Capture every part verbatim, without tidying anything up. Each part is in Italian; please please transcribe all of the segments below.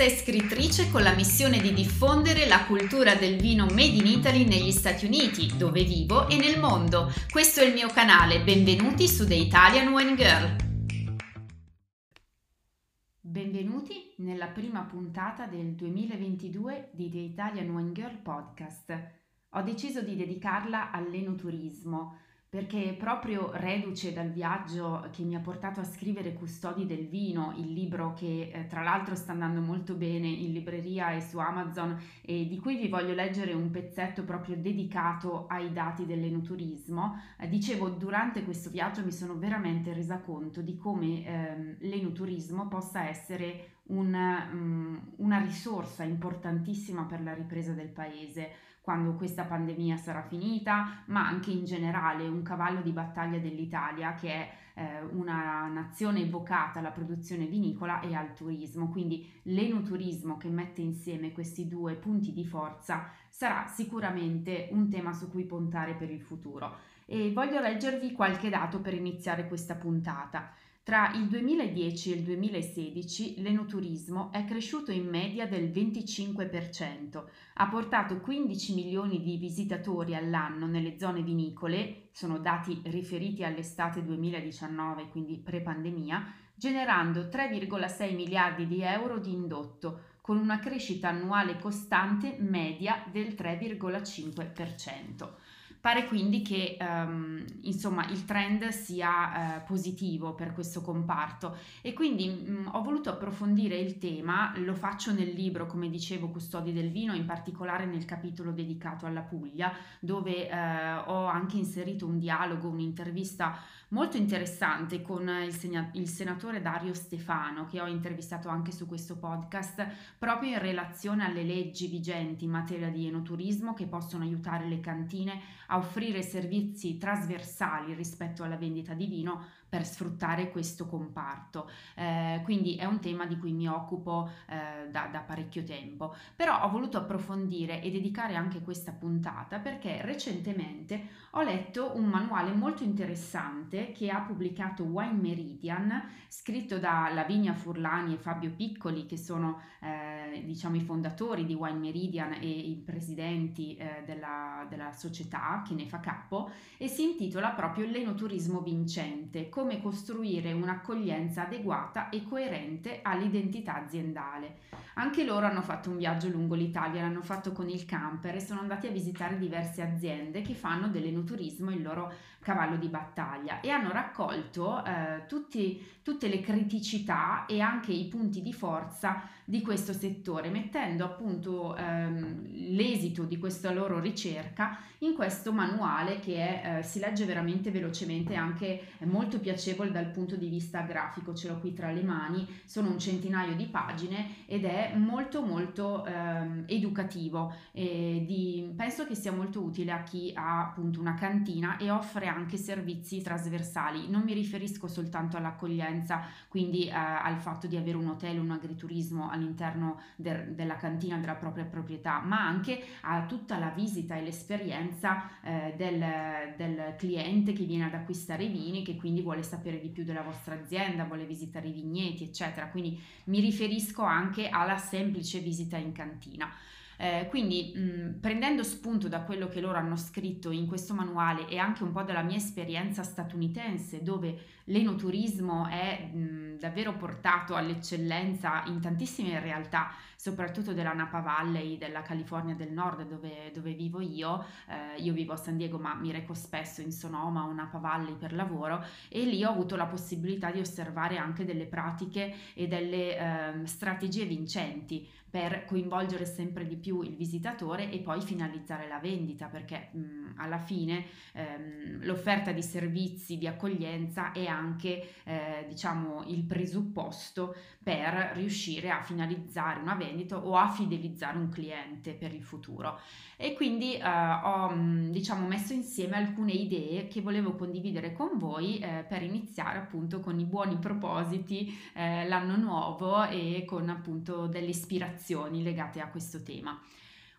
giornalista e scrittrice con la missione di diffondere la cultura del vino Made in Italy negli Stati Uniti, dove vivo, e nel mondo. Questo è il mio canale, benvenuti su The Italian Wine Girl. Benvenuti nella prima puntata del duemilaventidue di The Italian Wine Girl Podcast. Ho deciso di dedicarla all'enoturismo, perché proprio reduce dal viaggio che mi ha portato a scrivere Custodi del vino, il libro che eh, tra l'altro sta andando molto bene in libreria e su Amazon e di cui vi voglio leggere un pezzetto proprio dedicato ai dati dell'enoturismo, eh, dicevo, durante questo viaggio mi sono veramente resa conto di come ehm, l'enoturismo possa essere un, um, una risorsa importantissima per la ripresa del paese quando questa pandemia sarà finita, ma anche in generale un cavallo di battaglia dell'Italia, che è eh, una nazione vocata alla produzione vinicola e al turismo. Quindi l'enoturismo, che mette insieme questi due punti di forza, sarà sicuramente un tema su cui puntare per il futuro. E voglio leggervi qualche dato per iniziare questa puntata. Tra il duemiladieci e il duemilasedici l'enoturismo è cresciuto in media del venticinque per cento, ha portato quindici milioni di visitatori all'anno nelle zone vinicole, sono dati riferiti all'estate duemiladiciannove, quindi pre-pandemia, generando tre virgola sei miliardi di euro di indotto, con una crescita annuale costante media del tre virgola cinque per cento. Pare quindi che um, insomma il trend sia uh, positivo per questo comparto e quindi um, ho voluto approfondire il tema, lo faccio nel libro, come dicevo, Custodi del vino, in particolare nel capitolo dedicato alla Puglia, dove uh, ho anche inserito un dialogo, un'intervista molto interessante con il, segna- il senatore Dario Stefano, che ho intervistato anche su questo podcast, proprio in relazione alle leggi vigenti in materia di enoturismo che possono aiutare le cantine a offrire servizi trasversali rispetto alla vendita di vino per sfruttare questo comparto. Eh, quindi è un tema di cui mi occupo eh, da, da parecchio tempo, però ho voluto approfondire e dedicare anche questa puntata perché recentemente ho letto un manuale molto interessante che ha pubblicato Wine Meridian, scritto da Lavinia Furlani e Fabio Piccoli, che sono eh, diciamo i fondatori di Wine Meridian e i presidenti eh, della, della società che ne fa capo, e si intitola proprio L'enoturismo vincente, come costruire un'accoglienza adeguata e coerente all'identità aziendale. Anche loro hanno fatto un viaggio lungo l'Italia, l'hanno fatto con il camper e sono andati a visitare diverse aziende che fanno dell'enoturismo il loro cavallo di battaglia e hanno raccolto eh, tutti, tutte le criticità e anche i punti di forza di questo settore, mettendo appunto ehm, l'esito di questa loro ricerca in questo manuale che è, eh, si legge veramente velocemente, anche è molto piacevole dal punto di vista grafico. Ce l'ho qui tra le mani, sono un centinaio di pagine ed è molto molto ehm, educativo e di, penso che sia molto utile a chi ha appunto una cantina e offre anche servizi trasversali. Non mi riferisco soltanto all'accoglienza, quindi eh, al fatto di avere un hotel, un agriturismo all'interno de- della cantina della propria proprietà, ma anche a tutta la visita e l'esperienza eh, del, del cliente che viene ad acquistare i vini, che quindi vuole sapere di più della vostra azienda, vuole visitare i vigneti, eccetera. Quindi mi riferisco anche alla semplice visita in cantina. Eh, quindi mh, prendendo spunto da quello che loro hanno scritto in questo manuale e anche un po' dalla mia esperienza statunitense, dove l'enoturismo è mh, davvero portato all'eccellenza in tantissime realtà, soprattutto della Napa Valley, della California del Nord, dove, dove vivo io. Eh, io vivo a San Diego, ma mi reco spesso in Sonoma o Napa Valley per lavoro, e lì ho avuto la possibilità di osservare anche delle pratiche e delle eh, strategie vincenti per coinvolgere sempre di più il visitatore e poi finalizzare la vendita, perché mh, alla fine ehm, l'offerta di servizi di accoglienza è anche eh, diciamo il presupposto per riuscire a finalizzare una vendita o a fidelizzare un cliente per il futuro. E quindi eh, ho mh, diciamo messo insieme alcune idee che volevo condividere con voi eh, per iniziare appunto con i buoni propositi eh, l'anno nuovo e con appunto delle ispirazioni legate a questo tema.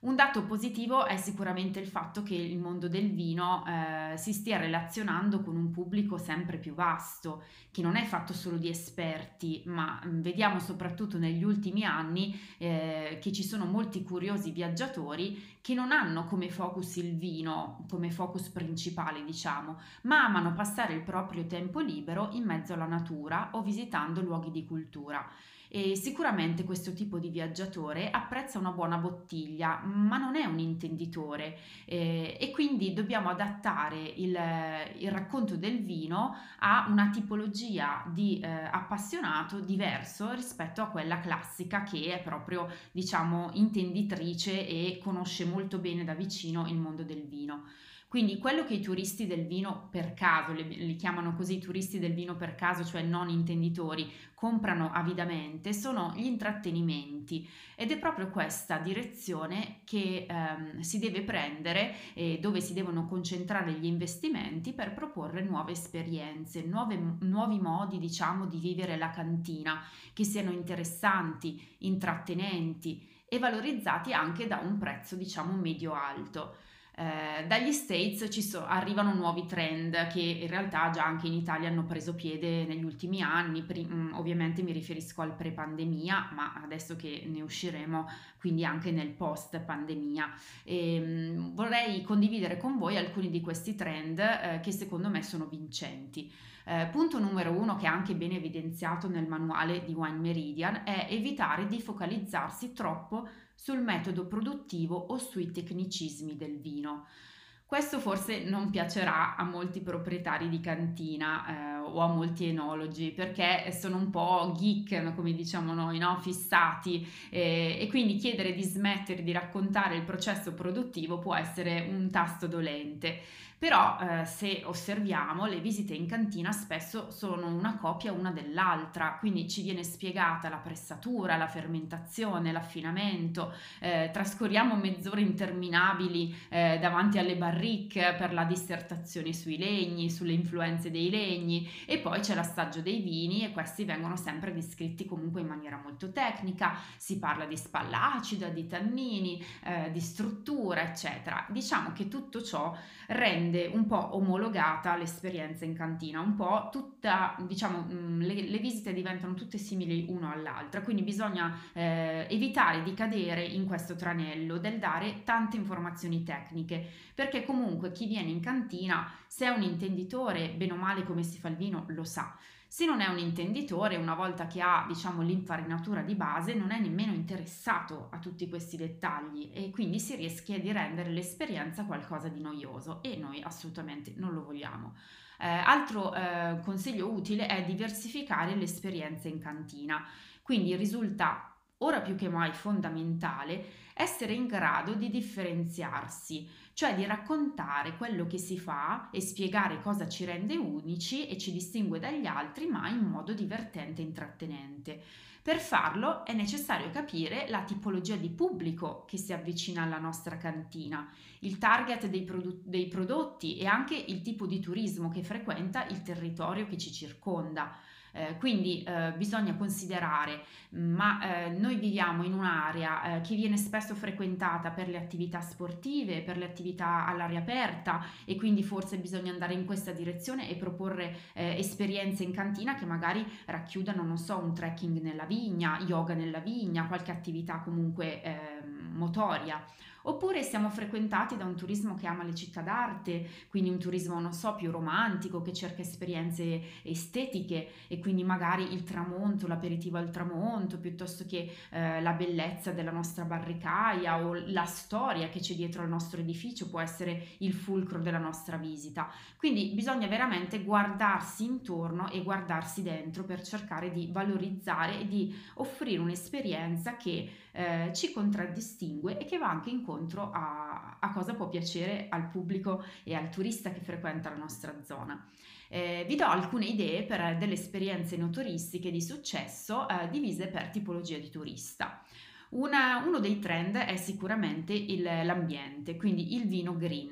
Un dato positivo è sicuramente il fatto che il mondo del vino eh, si stia relazionando con un pubblico sempre più vasto, che non è fatto solo di esperti, ma mh, vediamo soprattutto negli ultimi anni eh, che ci sono molti curiosi viaggiatori che non hanno come focus il vino, come focus principale, diciamo, ma amano passare il proprio tempo libero in mezzo alla natura o visitando luoghi di cultura. E sicuramente questo tipo di viaggiatore apprezza una buona bottiglia, ma non è un intenditore, eh, e quindi dobbiamo adattare il, il racconto del vino a una tipologia di eh, appassionato diverso rispetto a quella classica che è proprio, diciamo, intenditrice e conosce molto bene da vicino il mondo del vino. Quindi quello che i turisti del vino per caso, li, li chiamano così, turisti del vino per caso, cioè non intenditori, comprano avidamente, sono gli intrattenimenti, ed è proprio questa direzione che ehm, si deve prendere e dove si devono concentrare gli investimenti per proporre nuove esperienze, nuove, nuovi modi, diciamo, di vivere la cantina, che siano interessanti, intrattenenti e valorizzati anche da un prezzo, diciamo, medio-alto. Eh, dagli States ci so- arrivano nuovi trend che in realtà già anche in Italia hanno preso piede negli ultimi anni. Pri- mm, ovviamente mi riferisco al pre-pandemia, ma adesso che ne usciremo, quindi anche nel post-pandemia. E, mm, vorrei condividere con voi alcuni di questi trend eh, che secondo me sono vincenti. Eh, punto numero uno, che è anche ben evidenziato nel manuale di Wine Meridian, è evitare di focalizzarsi troppo sul metodo produttivo o sui tecnicismi del vino. Questo forse non piacerà a molti proprietari di cantina eh, o a molti enologi, perché sono un po' geek, come diciamo noi, no? Fissati, eh, e quindi chiedere di smettere di raccontare il processo produttivo può essere un tasto dolente. Però eh, se osserviamo, le visite in cantina spesso sono una copia una dell'altra, quindi ci viene spiegata la pressatura, la fermentazione, l'affinamento, eh, trascorriamo mezz'ore interminabili eh, davanti alle barrique per la dissertazione sui legni, sulle influenze dei legni, e poi c'è l'assaggio dei vini, e questi vengono sempre descritti comunque in maniera molto tecnica. Si parla di spalla acida, di tannini, eh, di struttura, eccetera. Diciamo che tutto ciò rende un po' omologata l'esperienza in cantina, un po' tutta, diciamo, le, le visite diventano tutte simili uno all'altra, quindi bisogna eh, evitare di cadere in questo tranello del dare tante informazioni tecniche, perché comunque chi viene in cantina, se è un intenditore, bene o male come si fa il vino, lo sa. Se non è un intenditore, una volta che ha, diciamo, l'infarinatura di base, non è nemmeno interessato a tutti questi dettagli, e quindi si rischia di rendere l'esperienza qualcosa di noioso, e noi assolutamente non lo vogliamo. Eh, altro eh, consiglio utile è diversificare l'esperienza in cantina. Quindi risulta ora più che mai fondamentale essere in grado di differenziarsi, cioè di raccontare quello che si fa e spiegare cosa ci rende unici e ci distingue dagli altri, ma in modo divertente e intrattenente. Per farlo è necessario capire la tipologia di pubblico che si avvicina alla nostra cantina, il target dei, produ- dei prodotti e anche il tipo di turismo che frequenta il territorio che ci circonda. Eh, quindi eh, bisogna considerare, ma eh, noi viviamo in un'area eh, che viene spesso frequentata per le attività sportive, per le attività all'aria aperta, e quindi forse bisogna andare in questa direzione e proporre eh, esperienze in cantina che magari racchiudano, non so, un trekking nella vigna, yoga nella vigna, qualche attività comunque eh, motoria. Oppure siamo frequentati da un turismo che ama le città d'arte, quindi un turismo, non so, più romantico, che cerca esperienze estetiche, e quindi magari il tramonto, l'aperitivo al tramonto, piuttosto che eh, la bellezza della nostra barricaia o la storia che c'è dietro al nostro edificio può essere il fulcro della nostra visita. Quindi bisogna veramente guardarsi intorno e guardarsi dentro per cercare di valorizzare e di offrire un'esperienza che eh, ci contraddistingue e che va anche incontro a, a cosa può piacere al pubblico e al turista che frequenta la nostra zona. Eh, vi do alcune idee per delle esperienze enotoristiche di successo eh, divise per tipologia di turista. Una, uno dei trend è sicuramente il, l'ambiente, quindi il vino green.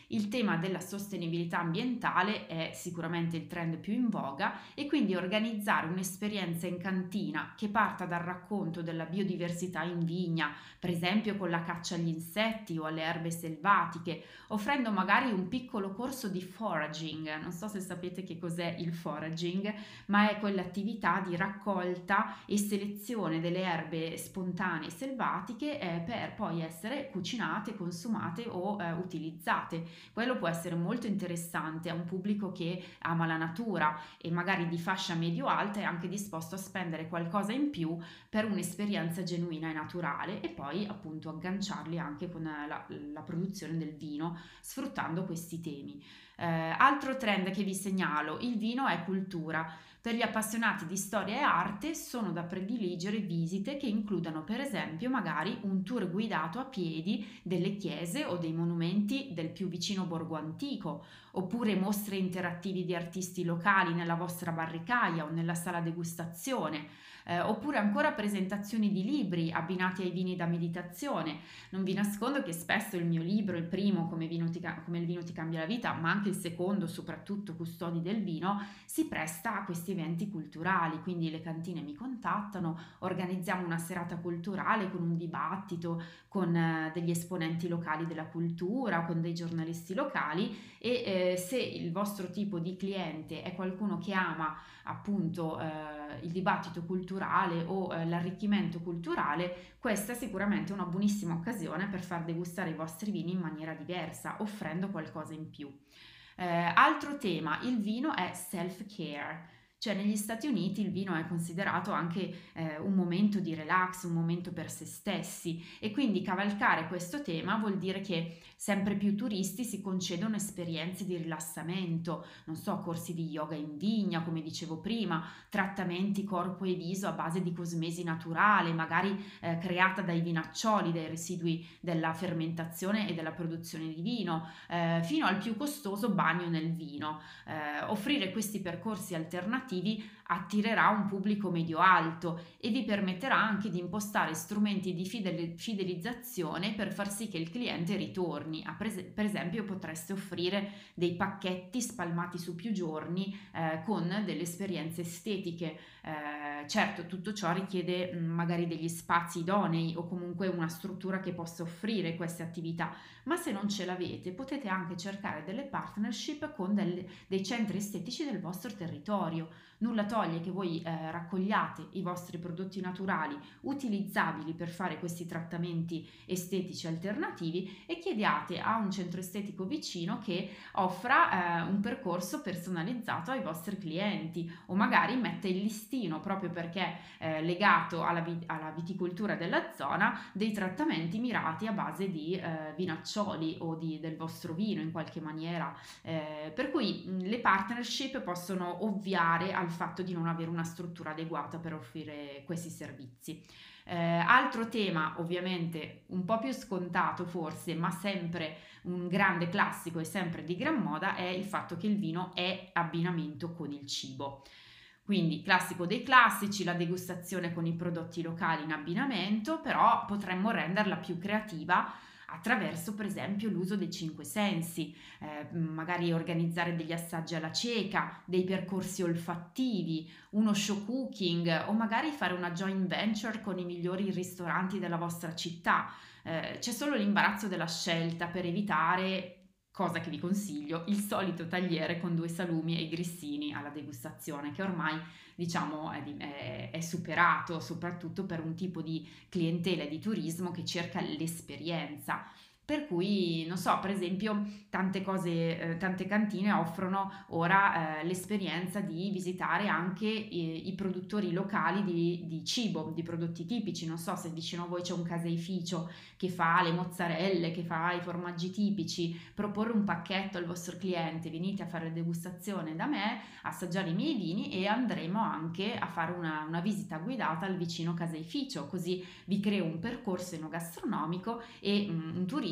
Il tema della sostenibilità ambientale è sicuramente il trend più in voga e quindi organizzare un'esperienza in cantina che parta dal racconto della biodiversità in vigna, per esempio con la caccia agli insetti o alle erbe selvatiche, offrendo magari un piccolo corso di foraging. Non so se sapete che cos'è il foraging, ma è quell'attività di raccolta e selezione delle erbe spontanee selvatiche eh, per poi essere cucinate, consumate o eh, utilizzate. Quello può essere molto interessante a un pubblico che ama la natura e magari di fascia medio-alta è anche disposto a spendere qualcosa in più per un'esperienza genuina e naturale, e poi appunto agganciarli anche con la, la produzione del vino, sfruttando questi temi. Eh, altro trend che vi segnalo: il vino è cultura. Per gli appassionati di storia e arte sono da prediligere visite che includano per esempio magari un tour guidato a piedi delle chiese o dei monumenti del più vicino borgo antico, oppure mostre interattivi di artisti locali nella vostra barricaia o nella sala degustazione, eh, oppure ancora presentazioni di libri abbinati ai vini da meditazione. Non vi nascondo che spesso il mio libro, il primo, come, vino ti, come il vino ti cambia la vita, ma anche il secondo, soprattutto Custodi del vino, si presta a questi eventi culturali, quindi le cantine mi contattano, organizziamo una serata culturale con un dibattito, con eh, degli esponenti locali della cultura, con dei giornalisti locali, e eh, se il vostro tipo di cliente è qualcuno che ama appunto eh, il dibattito culturale o eh, l'arricchimento culturale, questa è sicuramente una buonissima occasione per far degustare i vostri vini in maniera diversa, offrendo qualcosa in più. Eh, altro tema: il vino è self-care. Cioè negli Stati Uniti il vino è considerato anche eh, un momento di relax, un momento per se stessi, e quindi cavalcare questo tema vuol dire che sempre più turisti si concedono esperienze di rilassamento, non so, corsi di yoga in vigna, come dicevo prima, trattamenti corpo e viso a base di cosmesi naturale, magari eh, creata dai vinaccioli, dai residui della fermentazione e della produzione di vino, eh, fino al più costoso bagno nel vino. Eh, offrire questi percorsi alternativi attirerà un pubblico medio-alto e vi permetterà anche di impostare strumenti di fidelizzazione per far sì che il cliente ritorni. Per esempio potreste offrire dei pacchetti spalmati su più giorni eh, con delle esperienze estetiche. Eh, certo, tutto ciò richiede mh, magari degli spazi idonei o comunque una struttura che possa offrire queste attività, ma se non ce l'avete potete anche cercare delle partnership con del, dei centri estetici del vostro territorio. Nulla toglie che voi eh, raccogliate i vostri prodotti naturali utilizzabili per fare questi trattamenti estetici alternativi e chiediate a un centro estetico vicino che offra eh, un percorso personalizzato ai vostri clienti, o magari mette il listino, proprio perché eh, legato alla, vi- alla viticoltura della zona, dei trattamenti mirati a base di eh, vinaccioli o di, del vostro vino in qualche maniera. Eh, per cui mh, le partnership possono ovviare al fatto di non avere una struttura adeguata per offrire questi servizi. Eh, altro tema, ovviamente un po' più scontato forse, ma sempre un grande classico e sempre di gran moda, è il fatto che il vino è abbinamento con il cibo. Quindi classico dei classici, la degustazione con i prodotti locali in abbinamento, però potremmo renderla più creativa attraverso per esempio l'uso dei cinque sensi, eh, magari organizzare degli assaggi alla cieca, dei percorsi olfattivi, uno show cooking, o magari fare una joint venture con i migliori ristoranti della vostra città. Eh, c'è solo l'imbarazzo della scelta per evitare, cosa che vi consiglio, il solito tagliere con due salumi e i grissini alla degustazione, che ormai diciamo è, è, è superato, soprattutto per un tipo di clientela di turismo che cerca l'esperienza. Per cui, non so, per esempio, tante cose, eh, tante cantine offrono ora eh, l'esperienza di visitare anche i, i produttori locali di, di cibo, di prodotti tipici. Non so se vicino a voi c'è un caseificio che fa le mozzarelle, che fa i formaggi tipici. Proporre un pacchetto al vostro cliente: venite a fare degustazione da me, assaggiare i miei vini, e andremo anche a fare una, una visita guidata al vicino caseificio, così vi creo un percorso enogastronomico e um, un turista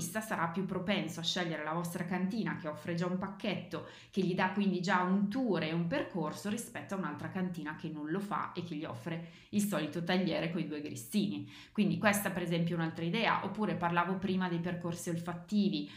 turista sarà più propenso a scegliere la vostra cantina che offre già un pacchetto, che gli dà quindi già un tour e un percorso, rispetto a un'altra cantina che non lo fa e che gli offre il solito tagliere con i due grissini. Quindi questa per esempio è un'altra idea. Oppure parlavo prima dei percorsi olfattivi,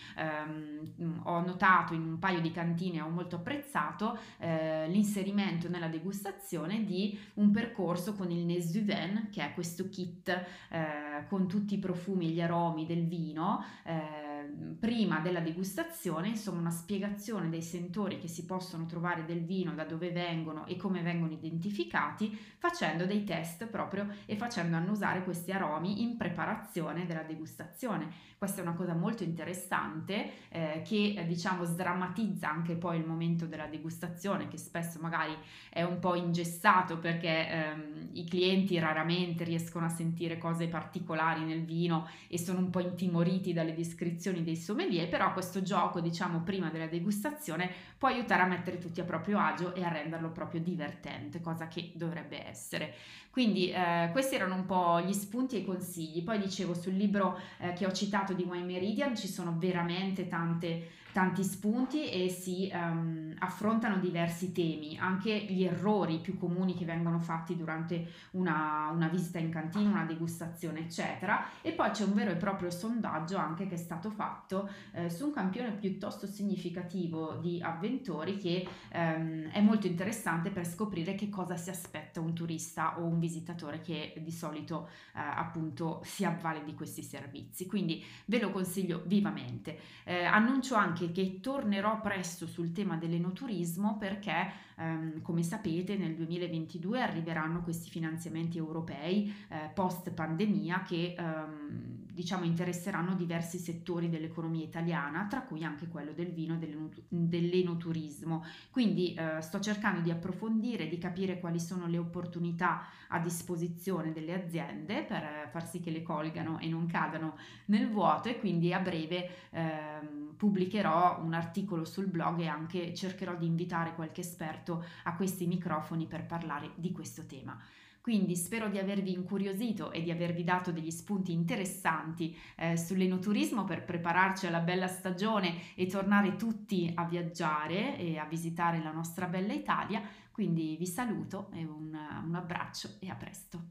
ehm, ho notato in un paio di cantine, ho molto apprezzato eh, l'inserimento nella degustazione di un percorso con il Nez du Vin, che è questo kit eh, con tutti i profumi e gli aromi del vino, eh, prima della degustazione, insomma una spiegazione dei sentori che si possono trovare del vino, da dove vengono e come vengono identificati, facendo dei test proprio e facendo annusare questi aromi in preparazione della degustazione. Questa è una cosa molto interessante eh, che eh, diciamo sdrammatizza anche poi il momento della degustazione, che spesso magari è un po' ingessato perché ehm, i clienti raramente riescono a sentire cose particolari nel vino e sono un po' intimoriti dalle descrizioni dei sommelier, però questo gioco diciamo prima della degustazione può aiutare a mettere tutti a proprio agio e a renderlo proprio divertente, cosa che dovrebbe essere. Quindi eh, questi erano un po' gli spunti e i consigli. Poi dicevo, sul libro eh, che ho citato di Wine Meridian ci sono veramente tante tanti spunti e si um, affrontano diversi temi, anche gli errori più comuni che vengono fatti durante una, una visita in cantina, una degustazione eccetera. E poi c'è un vero e proprio sondaggio anche che è stato fatto eh, su un campione piuttosto significativo di avventori, che um, è molto interessante per scoprire che cosa si aspetta un turista o un visitatore che di solito eh, appunto si avvale di questi servizi. Quindi ve lo consiglio vivamente. Eh, annuncio anche che tornerò presto sul tema dell'enoturismo, perché ehm, come sapete nel duemilaventidue arriveranno questi finanziamenti europei eh, post pandemia che ehm, diciamo interesseranno diversi settori dell'economia italiana, tra cui anche quello del vino e dell'enoturismo. Quindi eh, sto cercando di approfondire, di capire quali sono le opportunità a disposizione delle aziende per eh, far sì che le colgano e non cadano nel vuoto, e quindi a breve ehm, pubblicherò un articolo sul blog e anche cercherò di invitare qualche esperto a questi microfoni per parlare di questo tema. Quindi spero di avervi incuriosito e di avervi dato degli spunti interessanti eh, sull'enoturismo per prepararci alla bella stagione e tornare tutti a viaggiare e a visitare la nostra bella Italia. Quindi vi saluto e un, un abbraccio e a presto.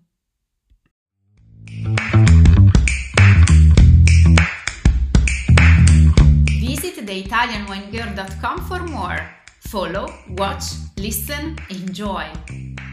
Visit the italian wine girl dot com for more. Follow, watch, listen, enjoy.